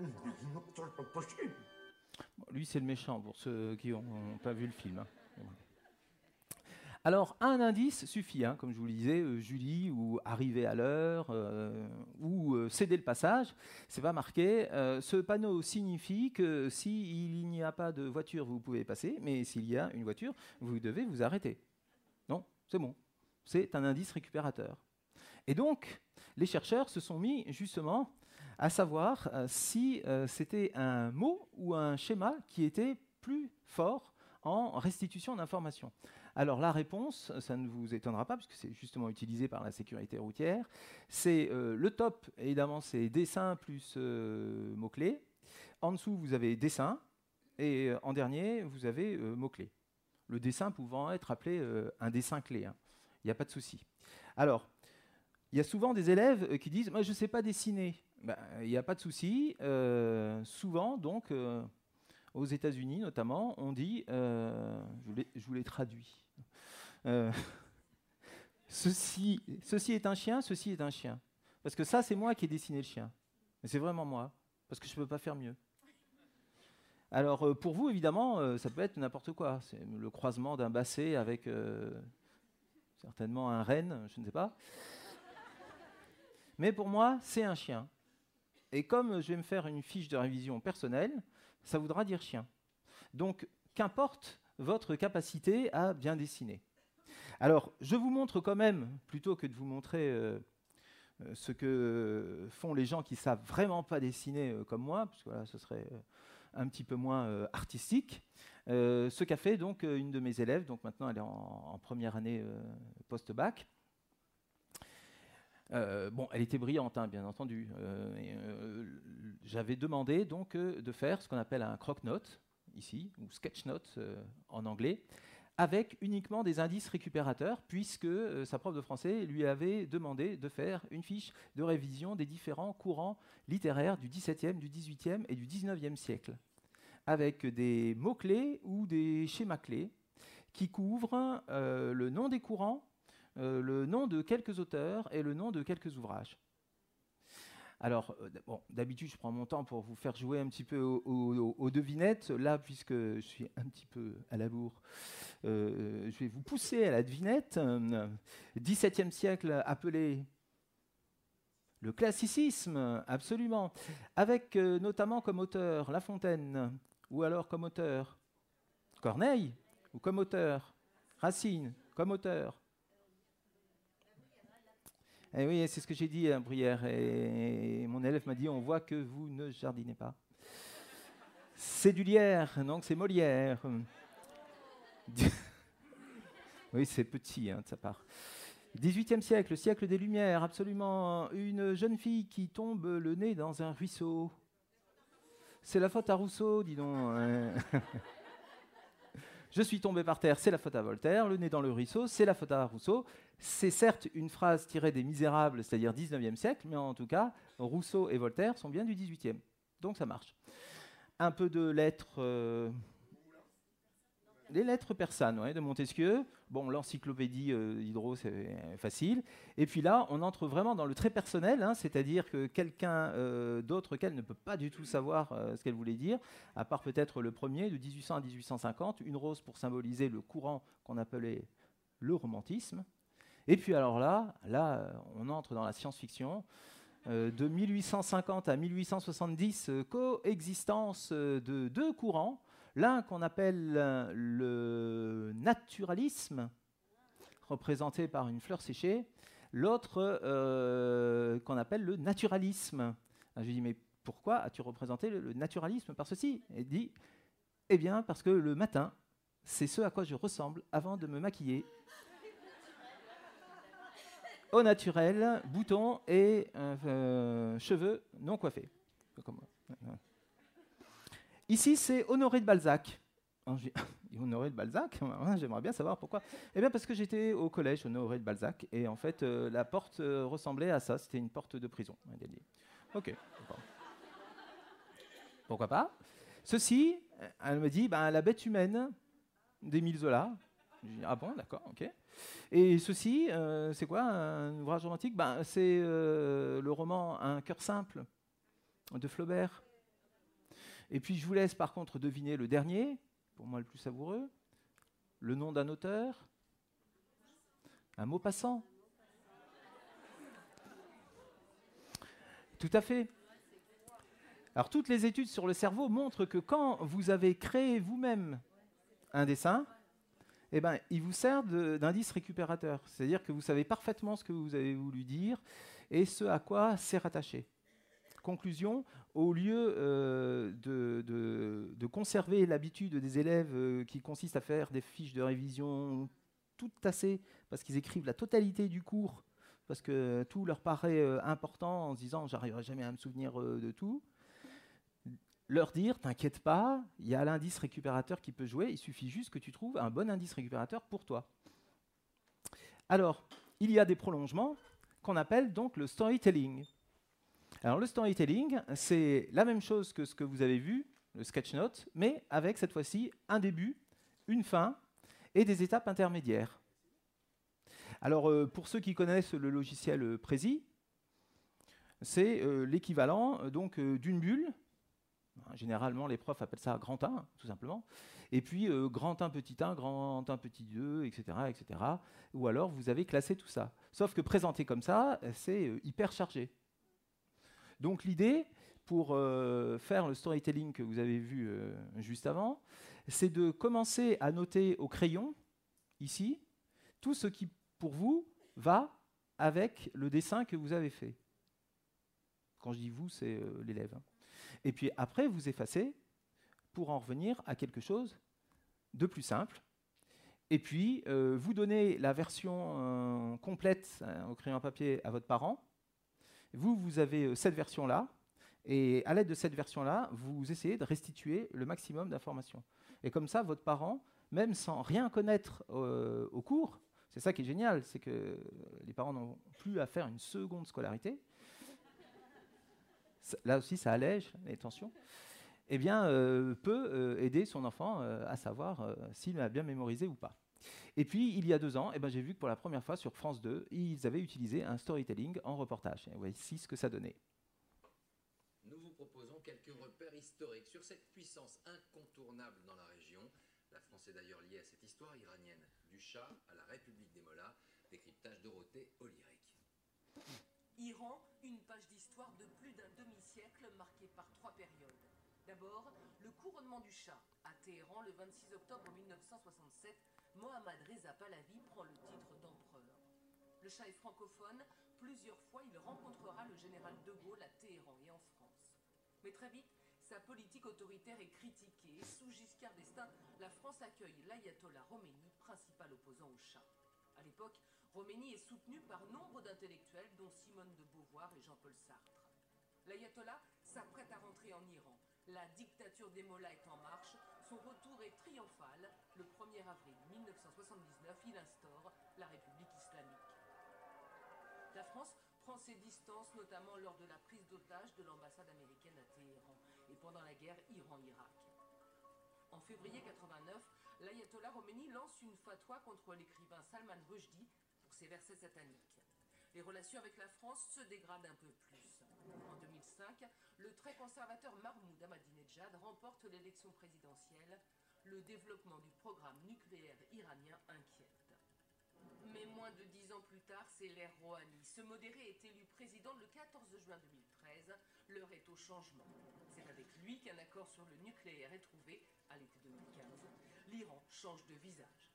Bon, lui, c'est le méchant, pour ceux qui n'ont pas vu le film. Hein. Alors, un indice suffit, hein, comme je vous le disais, euh, Julie, ou arriver à l'heure, euh, ou euh, céder le passage, c'est pas marqué. Euh, ce panneau signifie que s'il n'y a pas de voiture, vous pouvez passer, mais s'il y a une voiture, vous devez vous arrêter. Non, c'est bon. C'est un indice récupérateur. Et donc, les chercheurs se sont mis justement à savoir euh, si euh, c'était un mot ou un schéma qui était plus fort en restitution d'informations. Alors la réponse, ça ne vous étonnera pas, puisque c'est justement utilisé par la sécurité routière, c'est euh, le top, évidemment, c'est dessin plus euh, mots-clés. En dessous, vous avez dessin, et euh, en dernier, vous avez euh, mots-clés. Le dessin pouvant être appelé euh, un dessin clé. Hein. Il n'y a pas de souci. Alors, il y a souvent des élèves euh, qui disent « Moi, je ne sais pas dessiner ben, ». Il n'y a pas de souci. Euh, souvent, donc, euh, aux États-Unis notamment, on dit euh, « je, vous je vous les traduis euh, « ceci, ceci est un chien, ceci est un chien ». Parce que ça, c'est moi qui ai dessiné le chien. Mais c'est vraiment moi, parce que je ne peux pas faire mieux. Alors, euh, pour vous, évidemment, euh, ça peut être n'importe quoi. C'est le croisement d'un basset avec euh, certainement un renne, je ne sais pas. Mais pour moi, c'est un chien. Et comme je vais me faire une fiche de révision personnelle, ça voudra dire chien. Donc, qu'importe votre capacité à bien dessiner. Alors, je vous montre quand même, plutôt que de vous montrer euh, euh, ce que font les gens qui ne savent vraiment pas dessiner euh, comme moi, parce que voilà, ce serait euh, un petit peu moins euh, artistique, euh, ce qu'a fait donc euh, une de mes élèves, donc maintenant elle est en, en première année euh, post-bac. Euh, bon, elle était brillante, hein, bien entendu. Euh, et, euh, j'avais demandé donc euh, de faire ce qu'on appelle un croque-note, ici, ou sketch-note euh, en anglais, avec uniquement des indices récupérateurs, puisque euh, sa prof de français lui avait demandé de faire une fiche de révision des différents courants littéraires du dix-septième, du dix-huitième et du dix-neuvième siècle, avec des mots-clés ou des schémas-clés qui couvrent euh, le nom des courants, Euh, le nom de quelques auteurs et le nom de quelques ouvrages. Alors, euh, bon, d'habitude, je prends mon temps pour vous faire jouer un petit peu aux, aux, aux devinettes. Là, puisque je suis un petit peu à la bourre, euh, je vais vous pousser à la devinette. Euh, dix-septième siècle appelé le classicisme, absolument, avec euh, notamment comme auteur La Fontaine, ou alors comme auteur Corneille, ou comme auteur Racine, comme auteur. Eh oui, c'est ce que j'ai dit à Bruyère, et mon élève m'a dit, on voit que vous ne jardinez pas. C'est du Lierre, donc c'est Molière. Oui, c'est petit, hein, de sa part. dix-huitième siècle, le siècle des Lumières, absolument. Une jeune fille qui tombe le nez dans un ruisseau. C'est la faute à Rousseau, dis donc. Je suis tombé par terre, c'est la faute à Voltaire. Le nez dans le ruisseau, c'est la faute à Rousseau. C'est certes une phrase tirée des Misérables, c'est-à-dire dix-neuvième siècle, mais en tout cas, Rousseau et Voltaire sont bien du dix-huitième. Donc ça marche. Un peu de lettres... Euh, les lettres persanes, ouais, de Montesquieu. Bon, l'encyclopédie euh, Diderot, c'est facile. Et puis là, on entre vraiment dans le très personnel, hein, c'est-à-dire que quelqu'un euh, d'autre qu'elle ne peut pas du tout savoir euh, ce qu'elle voulait dire, à part peut-être le premier, de dix-huit cents à dix-huit cent cinquante, une rose pour symboliser le courant qu'on appelait le romantisme. Et puis alors là, là, euh, on entre dans la science-fiction. Euh, de mille huit cent cinquante à mille huit cent soixante-dix, euh, coexistence euh, de deux courants. L'un qu'on appelle euh, le naturalisme, représenté par une fleur séchée, l'autre euh, qu'on appelle le naturalisme. Je lui dis, mais pourquoi as-tu représenté le, le naturalisme par ceci? Il dit, eh bien, parce que le matin, c'est ce à quoi je ressemble avant de me maquiller. Au naturel, boutons et euh, euh, cheveux non coiffés. Comme moi. Ici, c'est Honoré de Balzac. Alors, Honoré de Balzac, j'aimerais bien savoir pourquoi. Eh bien, parce que j'étais au collège Honoré de Balzac, et en fait, euh, la porte euh, ressemblait à ça. C'était une porte de prison. Ok. Pourquoi pas. Ceci, elle me dit, ben, la bête humaine d'Émile Zola. Je dis, ah bon, d'accord, ok. Et ceci, euh, c'est quoi un ouvrage romantique? Ben, c'est euh, le roman Un cœur simple de Flaubert. Et puis je vous laisse par contre deviner le dernier, pour moi le plus savoureux, le nom d'un auteur, un mot passant. Tout à fait. Alors toutes les études sur le cerveau montrent que quand vous avez créé vous-même un dessin, eh ben, il vous sert de- d'indice récupérateur. C'est-à-dire que vous savez parfaitement ce que vous avez voulu dire et ce à quoi c'est rattaché. Conclusion, au lieu euh, de, de- de conserver l'habitude des élèves euh, qui consiste à faire des fiches de révision toutes tassées parce qu'ils écrivent la totalité du cours, parce que tout leur paraît euh, important en se disant « j'arriverai jamais à me souvenir euh, de tout », leur dire, t'inquiète pas, il y a l'indice récupérateur qui peut jouer, il suffit juste que tu trouves un bon indice récupérateur pour toi. Alors, il y a des prolongements qu'on appelle donc le storytelling. Alors le storytelling, c'est la même chose que ce que vous avez vu, le sketch note, mais avec cette fois-ci un début, une fin et des étapes intermédiaires. Alors euh, pour ceux qui connaissent le logiciel euh, Prezi, c'est euh, l'équivalent euh, donc euh, d'une bulle. Généralement, les profs appellent ça grand un, tout simplement. Et puis, euh, grand un, petit un, grand un, petit deux, et cetera, et cetera. Ou alors, vous avez classé tout ça. Sauf que présenté comme ça, c'est euh, hyper chargé. Donc, l'idée, pour euh, faire le storytelling que vous avez vu euh, juste avant, c'est de commencer à noter au crayon, ici, tout ce qui, pour vous, va avec le dessin que vous avez fait. Quand je dis vous, c'est euh, l'élève. Hein. Et puis après, vous effacez pour en revenir à quelque chose de plus simple. Et puis, euh, vous donnez la version euh, complète euh, au crayon à papier à votre parent. Vous, vous avez euh, cette version-là. Et à l'aide de cette version-là, vous essayez de restituer le maximum d'informations. Et comme ça, votre parent, même sans rien connaître euh, au cours, c'est ça qui est génial, c'est que les parents n'ont plus à faire une seconde scolarité. Là aussi, ça allège les tensions, eh bien, euh, peut euh, aider son enfant euh, à savoir euh, s'il a bien mémorisé ou pas. Et puis, il y a deux ans, eh ben, j'ai vu que pour la première fois sur France deux, ils avaient utilisé un storytelling en reportage. Et voici ce que ça donnait. Nous vous proposons quelques repères historiques sur cette puissance incontournable dans la région. La France est d'ailleurs liée à cette histoire iranienne, du Shah à la République des Mollahs, décryptage Dorothée Olyric. Iran, une page d'histoire de plus d'un demi-siècle marquée par trois périodes. D'abord, le couronnement du Shah. À Téhéran, le vingt-six octobre mille neuf cent soixante-sept, Mohammad Reza Pahlavi prend le titre d'empereur. Le Shah est francophone. Plusieurs fois, il rencontrera le général de Gaulle à Téhéran et en France. Mais très vite, sa politique autoritaire est critiquée. Sous Giscard d'Estaing, la France accueille l'ayatollah Khomeini, principal opposant au Shah. À l'époque, Khomeini est soutenu par nombre d'intellectuels, dont Simone de Beauvoir et Jean-Paul Sartre. L'ayatollah s'apprête à rentrer en Iran. La dictature des Mollahs est en marche. Son retour est triomphal. Le premier avril mille neuf cent soixante-dix-neuf, il instaure la République islamique. La France prend ses distances, notamment lors de la prise d'otage de l'ambassade américaine à Téhéran et pendant la guerre Iran-Irak. En février quatre-vingt-neuf, l'ayatollah Khomeini lance une fatwa contre l'écrivain Salman Rushdie pour ses versets sataniques. Les relations avec la France se dégradent un peu plus. En deux mille cinq, le très conservateur Mahmoud Ahmadinejad remporte l'élection présidentielle. Le développement du programme nucléaire iranien inquiète. Mais moins de dix ans plus tard, c'est l'ère Rouhani. Ce modéré est élu président le quatorze juin deux mille treize. L'heure est au changement. C'est avec lui qu'un accord sur le nucléaire est trouvé à l'été deux mille quinze. L'Iran change de visage.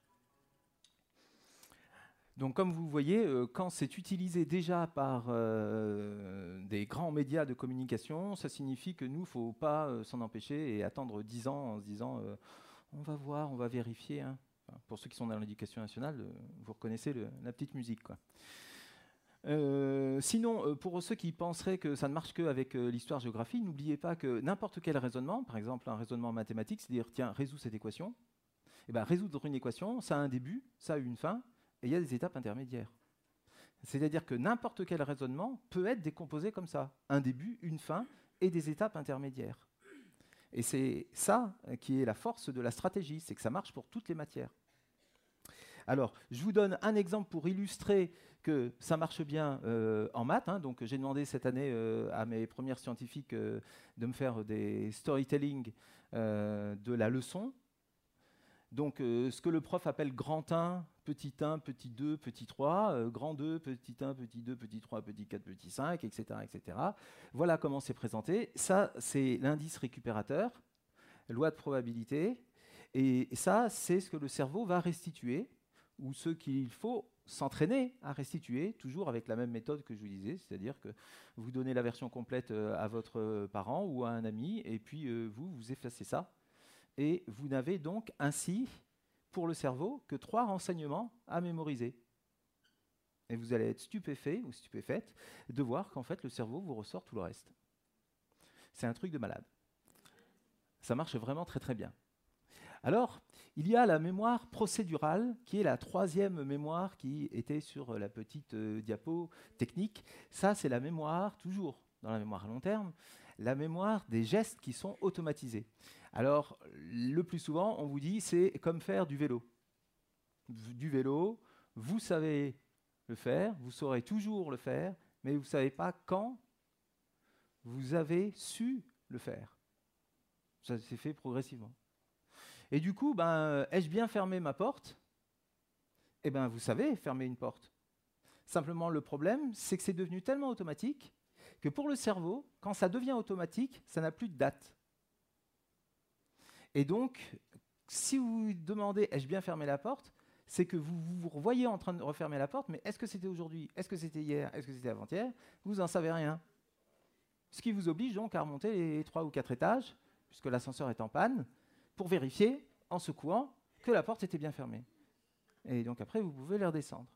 Donc comme vous voyez, euh, quand c'est utilisé déjà par euh, des grands médias de communication, ça signifie que nous, il ne faut pas euh, s'en empêcher et attendre dix ans en se disant euh, on va voir, on va vérifier. Hein. Enfin, pour ceux qui sont dans l'éducation nationale, euh, vous reconnaissez le, la petite musique, quoi. Euh, sinon, euh, pour ceux qui penseraient que ça ne marche qu'avec euh, l'histoire-géographie, n'oubliez pas que n'importe quel raisonnement, par exemple un raisonnement mathématique, c'est-à-dire tiens, résous cette équation, et ben, résoudre une équation, ça a un début, ça a une fin, et il y a des étapes intermédiaires. C'est-à-dire que n'importe quel raisonnement peut être décomposé comme ça. Un début, une fin et des étapes intermédiaires. Et c'est ça qui est la force de la stratégie, c'est que ça marche pour toutes les matières. Alors, je vous donne un exemple pour illustrer que ça marche bien euh, en maths. Hein. Donc, j'ai demandé cette année euh, à mes premières scientifiques euh, de me faire des storytelling euh, de la leçon. Donc, euh, ce que le prof appelle grand un, petit un, petit deux, petit trois, euh, grand deux, petit un, petit deux, petit trois, petit quatre, petit cinq, et cetera, et cetera. Voilà comment c'est présenté. Ça, c'est l'indice récupérateur, loi de probabilité. Et ça, c'est ce que le cerveau va restituer, ou ce qu'il faut s'entraîner à restituer, toujours avec la même méthode que je vous disais, c'est-à-dire que vous donnez la version complète euh, à votre parent ou à un ami, et puis euh, vous, vous effacez ça. Et vous n'avez donc ainsi, pour le cerveau, que trois renseignements à mémoriser. Et vous allez être stupéfait ou stupéfaite de voir qu'en fait, le cerveau vous ressort tout le reste. C'est un truc de malade. Ça marche vraiment très très bien. Alors, il y a la mémoire procédurale, qui est la troisième mémoire qui était sur la petite euh, diapo technique. Ça, c'est la mémoire, toujours dans la mémoire à long terme, la mémoire des gestes qui sont automatisés. Alors, le plus souvent, on vous dit, c'est comme faire du vélo. Du vélo, vous savez le faire, vous saurez toujours le faire, mais vous ne savez pas quand vous avez su le faire. Ça s'est fait progressivement. Et du coup, ben, ai-je bien fermé ma porte? Eh bien, vous savez fermer une porte. Simplement, le problème, c'est que c'est devenu tellement automatique que pour le cerveau, quand ça devient automatique, ça n'a plus de date. Et donc, si vous vous demandez « ai-je bien fermé la porte ?», c'est que vous vous revoyez en train de refermer la porte, mais est-ce que c'était aujourd'hui? Est-ce que c'était hier? Est-ce que c'était avant-hier? Vous n'en savez rien. Ce qui vous oblige donc à remonter les trois ou quatre étages, puisque l'ascenseur est en panne, pour vérifier, en secouant, que la porte était bien fermée. Et donc après, vous pouvez les redescendre.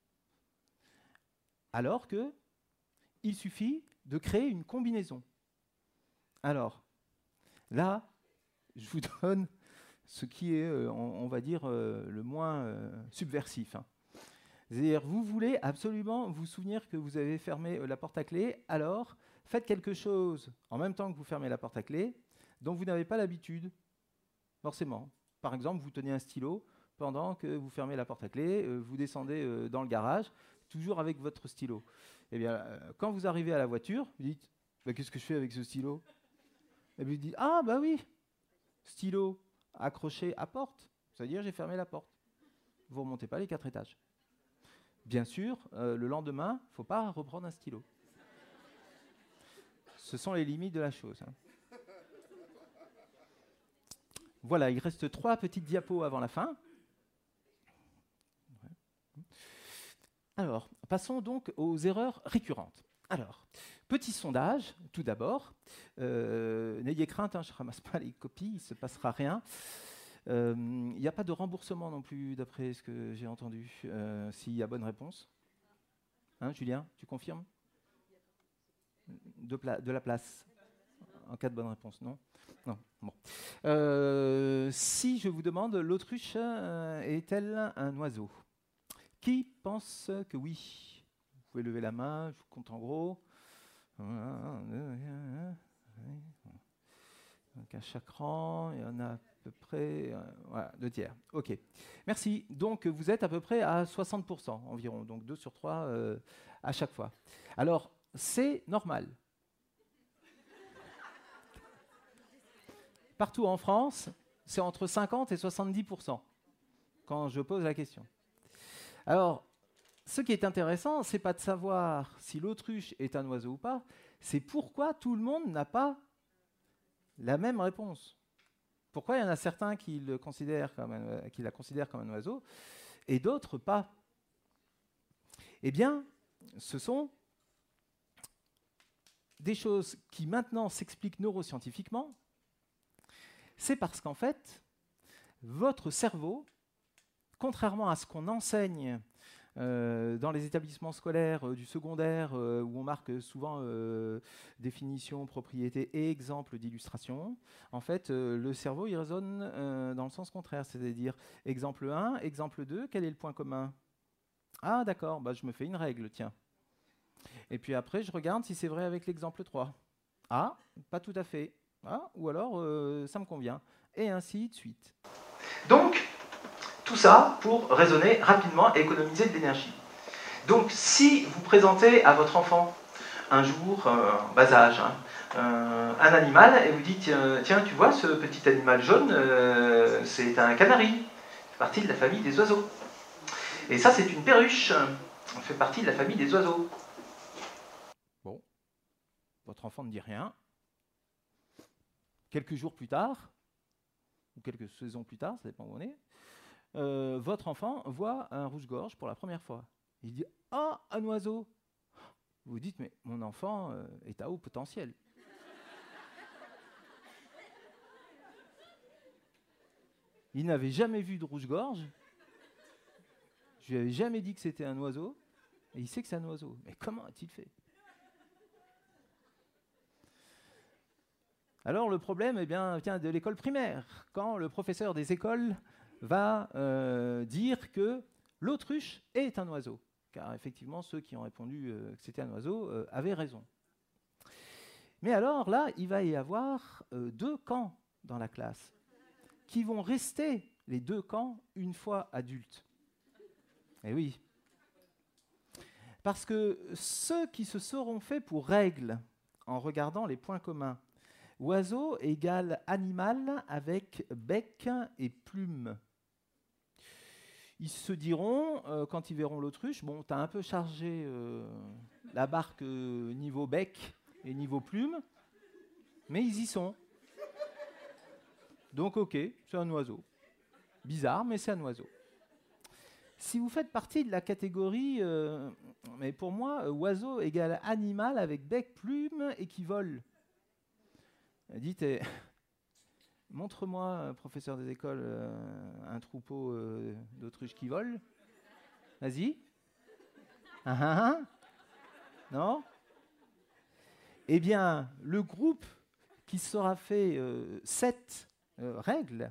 Alors que il suffit de créer une combinaison. Alors, là, je vous donne ce qui est, euh, on, on va dire, euh, le moins euh, subversif. Hein. C'est-à-dire, vous voulez absolument vous souvenir que vous avez fermé euh, la porte à clé, alors faites quelque chose en même temps que vous fermez la porte à clé, dont vous n'avez pas l'habitude, forcément. Par exemple, vous tenez un stylo pendant que vous fermez la porte à clé, euh, vous descendez euh, dans le garage, toujours avec votre stylo. Eh bien, euh, quand vous arrivez à la voiture, vous dites bah, « Qu'est-ce que je fais avec ce stylo ?» Et puis vous dites « Ah, bah oui, stylo accroché à porte, c'est-à-dire j'ai fermé la porte. » Vous ne remontez pas les quatre étages. Bien sûr, euh, le lendemain, il ne faut pas reprendre un stylo. Ce sont les limites de la chose. Hein. Voilà, il reste trois petites diapos avant la fin. Alors, passons donc aux erreurs récurrentes. Alors, petit sondage, tout d'abord. Euh, n'ayez crainte, hein, je ne ramasse pas les copies, il ne se passera rien. Il euh, n'y a pas de remboursement non plus, d'après ce que j'ai entendu, euh, s'il y a bonne réponse. Hein, Julien, tu confirmes? de, de la place, en cas de bonne réponse, non? Non. Bon. Euh, si je vous demande, l'autruche euh, est-elle un oiseau? Qui pense que oui? Vous pouvez lever la main, je vous compte en gros. Donc à chaque rang, il y en a à peu près euh, voilà, deux tiers. OK. Merci. Donc vous êtes à peu près à soixante pour cent environ, donc deux sur trois euh, à chaque fois. Alors, c'est normal. Partout en France, c'est entre cinquante et soixante-dix pour cent quand je pose la question. Alors, ce qui est intéressant, ce n'est pas de savoir si l'autruche est un oiseau ou pas, c'est pourquoi tout le monde n'a pas la même réponse. Pourquoi il y en a certains qui, le considèrent comme un, qui la considèrent comme un oiseau et d'autres pas? Eh bien, ce sont des choses qui maintenant s'expliquent neuroscientifiquement. C'est parce qu'en fait, votre cerveau, contrairement à ce qu'on enseigne euh, dans les établissements scolaires euh, du secondaire, euh, où on marque souvent euh, définition, propriété et exemple d'illustration, en fait, euh, le cerveau, il raisonne euh, dans le sens contraire, c'est-à-dire exemple un, exemple deux, quel est le point commun? Ah, d'accord, bah, je me fais une règle, tiens. Et puis après, je regarde si c'est vrai avec l'exemple trois. Ah, pas tout à fait. Ah, ou alors, euh, ça me convient. Et ainsi de suite. Donc, Tout ça pour raisonner rapidement et économiser de l'énergie. Donc, si vous présentez à votre enfant un jour, euh, bas âge, hein, euh, un animal, et vous dites, euh, tiens, tu vois, ce petit animal jaune, euh, c'est un canari, il fait partie de la famille des oiseaux. Et ça, c'est une perruche, on fait partie de la famille des oiseaux. Bon, votre enfant ne dit rien. Quelques jours plus tard, ou quelques saisons plus tard, ça dépend où on est, euh, votre enfant voit un rouge-gorge pour la première fois. Il dit « Ah, un oiseau !» Vous vous dites « Mais mon enfant euh, est à haut potentiel. » Il n'avait jamais vu de rouge-gorge. Je lui avais jamais dit que c'était un oiseau. Et il sait que c'est un oiseau. Mais comment a-t-il fait? Alors le problème eh bien, vient de l'école primaire, quand le professeur des écoles va euh, dire que l'autruche est un oiseau. Car effectivement, ceux qui ont répondu euh, que c'était un oiseau euh, avaient raison. Mais alors là, il va y avoir euh, deux camps dans la classe, qui vont rester les deux camps une fois adultes. Eh oui. Parce que ceux qui se seront faits pour règle, en regardant les points communs, oiseau égale animal avec bec et plume. Ils se diront, euh, quand ils verront l'autruche, bon, t'as un peu chargé euh, la barque euh, niveau bec et niveau plume, mais ils y sont. Donc ok, c'est un oiseau. Bizarre, mais c'est un oiseau. Si vous faites partie de la catégorie, euh, mais pour moi, euh, oiseau égale animal avec bec, plume et qui vole. Dites, eh, montre-moi, professeur des écoles, euh, un troupeau euh, d'autruches qui volent. Vas-y. Ah, ah, ah. Non? Eh bien, le groupe qui sera fait euh, sept euh, règles,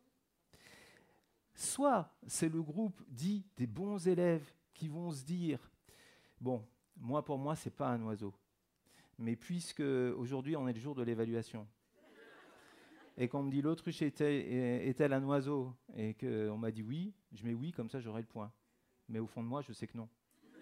soit c'est le groupe dit des bons élèves qui vont se dire, bon, moi pour moi, c'est pas un oiseau. Mais puisque aujourd'hui on est le jour de l'évaluation, et qu'on me dit l'autruche est-elle, est-elle un oiseau, et qu'on m'a dit oui, je mets oui, comme ça j'aurai le point. Mais au fond de moi, je sais que non.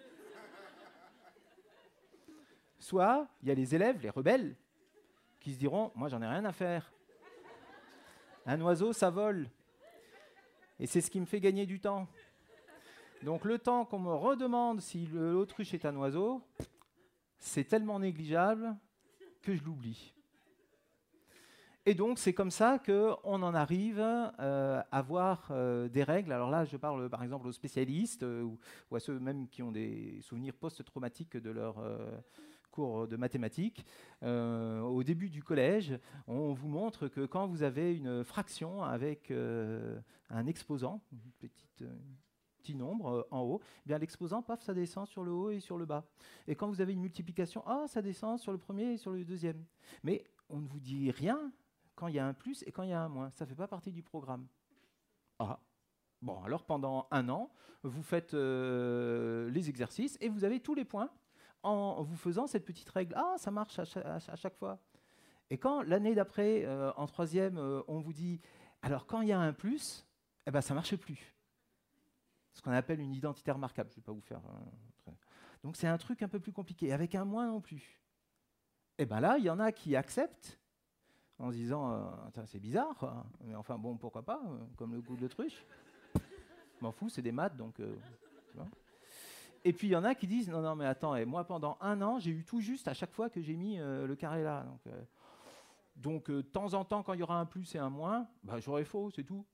Soit il y a les élèves, les rebelles, qui se diront, moi j'en ai rien à faire. Un oiseau, ça vole. Et c'est ce qui me fait gagner du temps. Donc le temps qu'on me redemande si l'autruche est un oiseau, c'est tellement négligeable que je l'oublie. Et donc c'est comme ça qu'on en arrive euh, à avoir euh, des règles. Alors là, je parle par exemple aux spécialistes euh, ou, ou à ceux même qui ont des souvenirs post-traumatiques de leur euh, cours de mathématiques. Euh, au début du collège, on vous montre que quand vous avez une fraction avec euh, un exposant, une petite... Euh, petit nombre euh, en haut, eh bien l'exposant, paf, ça descend sur le haut et sur le bas. Et quand vous avez une multiplication, ah, ça descend sur le premier et sur le deuxième. Mais on ne vous dit rien quand il y a un plus et quand il y a un moins. Ça ne fait pas partie du programme. Ah, bon, alors pendant un an, vous faites euh, les exercices et vous avez tous les points en vous faisant cette petite règle. Ah, ça marche à, cha- à chaque fois. Et quand l'année d'après, euh, en troisième, euh, on vous dit, alors quand il y a un plus, eh ben, ça ne marche plus. Ce qu'on appelle une identité remarquable. Je ne vais pas vous faire... Euh, Donc c'est un truc un peu plus compliqué, avec un moins non plus. Et bien là, il y en a qui acceptent, en se disant, euh, c'est bizarre, quoi. Mais enfin bon, pourquoi pas, euh, comme le goût de l'autruche. Je m'en fous, c'est des maths, donc... Euh, tu vois. Et puis il y en a qui disent, non, non, mais attends, et moi pendant un an, j'ai eu tout juste à chaque fois que j'ai mis euh, le carré là. Donc, euh, donc euh, de temps en temps, quand il y aura un plus et un moins, bah, j'aurai faux, c'est tout.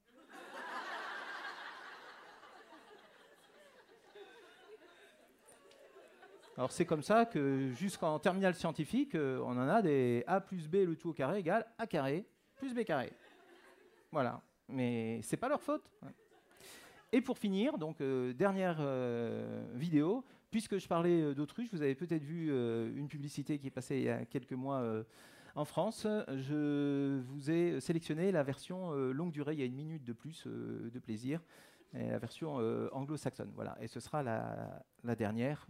Alors c'est comme ça que jusqu'en terminale scientifique, euh, on en a des A plus B le tout au carré égale A carré plus B carré. Voilà, mais c'est pas leur faute. Et pour finir, donc euh, dernière euh, vidéo, puisque je parlais euh, d'autruche, vous avez peut-être vu euh, une publicité qui est passée il y a quelques mois euh, en France. Je vous ai sélectionné la version euh, longue durée, il y a une minute de plus euh, de plaisir, et la version euh, anglo-saxonne. Voilà, et ce sera la, la dernière.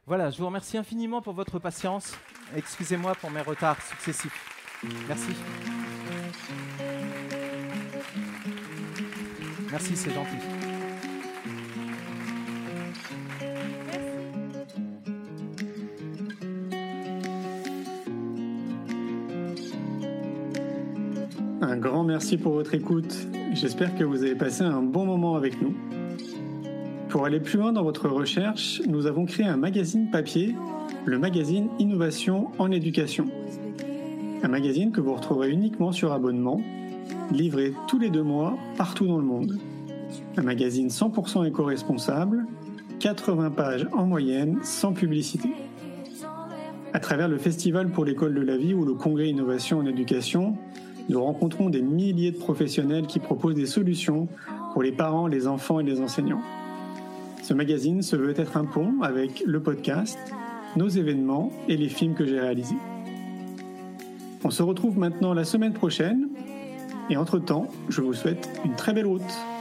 Voilà, je vous remercie infiniment pour votre patience. Excusez-moi pour mes retards successifs. Merci. Merci, c'est gentil. Un grand merci pour votre écoute. J'espère que vous avez passé un bon moment avec nous. Pour aller plus loin dans votre recherche, nous avons créé un magazine papier, le magazine Innovation en éducation. Un magazine que vous retrouverez uniquement sur abonnement, livré tous les deux mois partout dans le monde. Un magazine cent pour cent éco-responsable, quatre-vingts pages en moyenne, sans publicité. À travers le Festival pour l'école de la vie ou le Congrès Innovation en éducation, nous rencontrons des milliers de professionnels qui proposent des solutions pour les parents, les enfants et les enseignants. Ce magazine se veut être un pont avec le podcast, nos événements et les films que j'ai réalisés. On se retrouve maintenant la semaine prochaine et entre-temps, je vous souhaite une très belle route.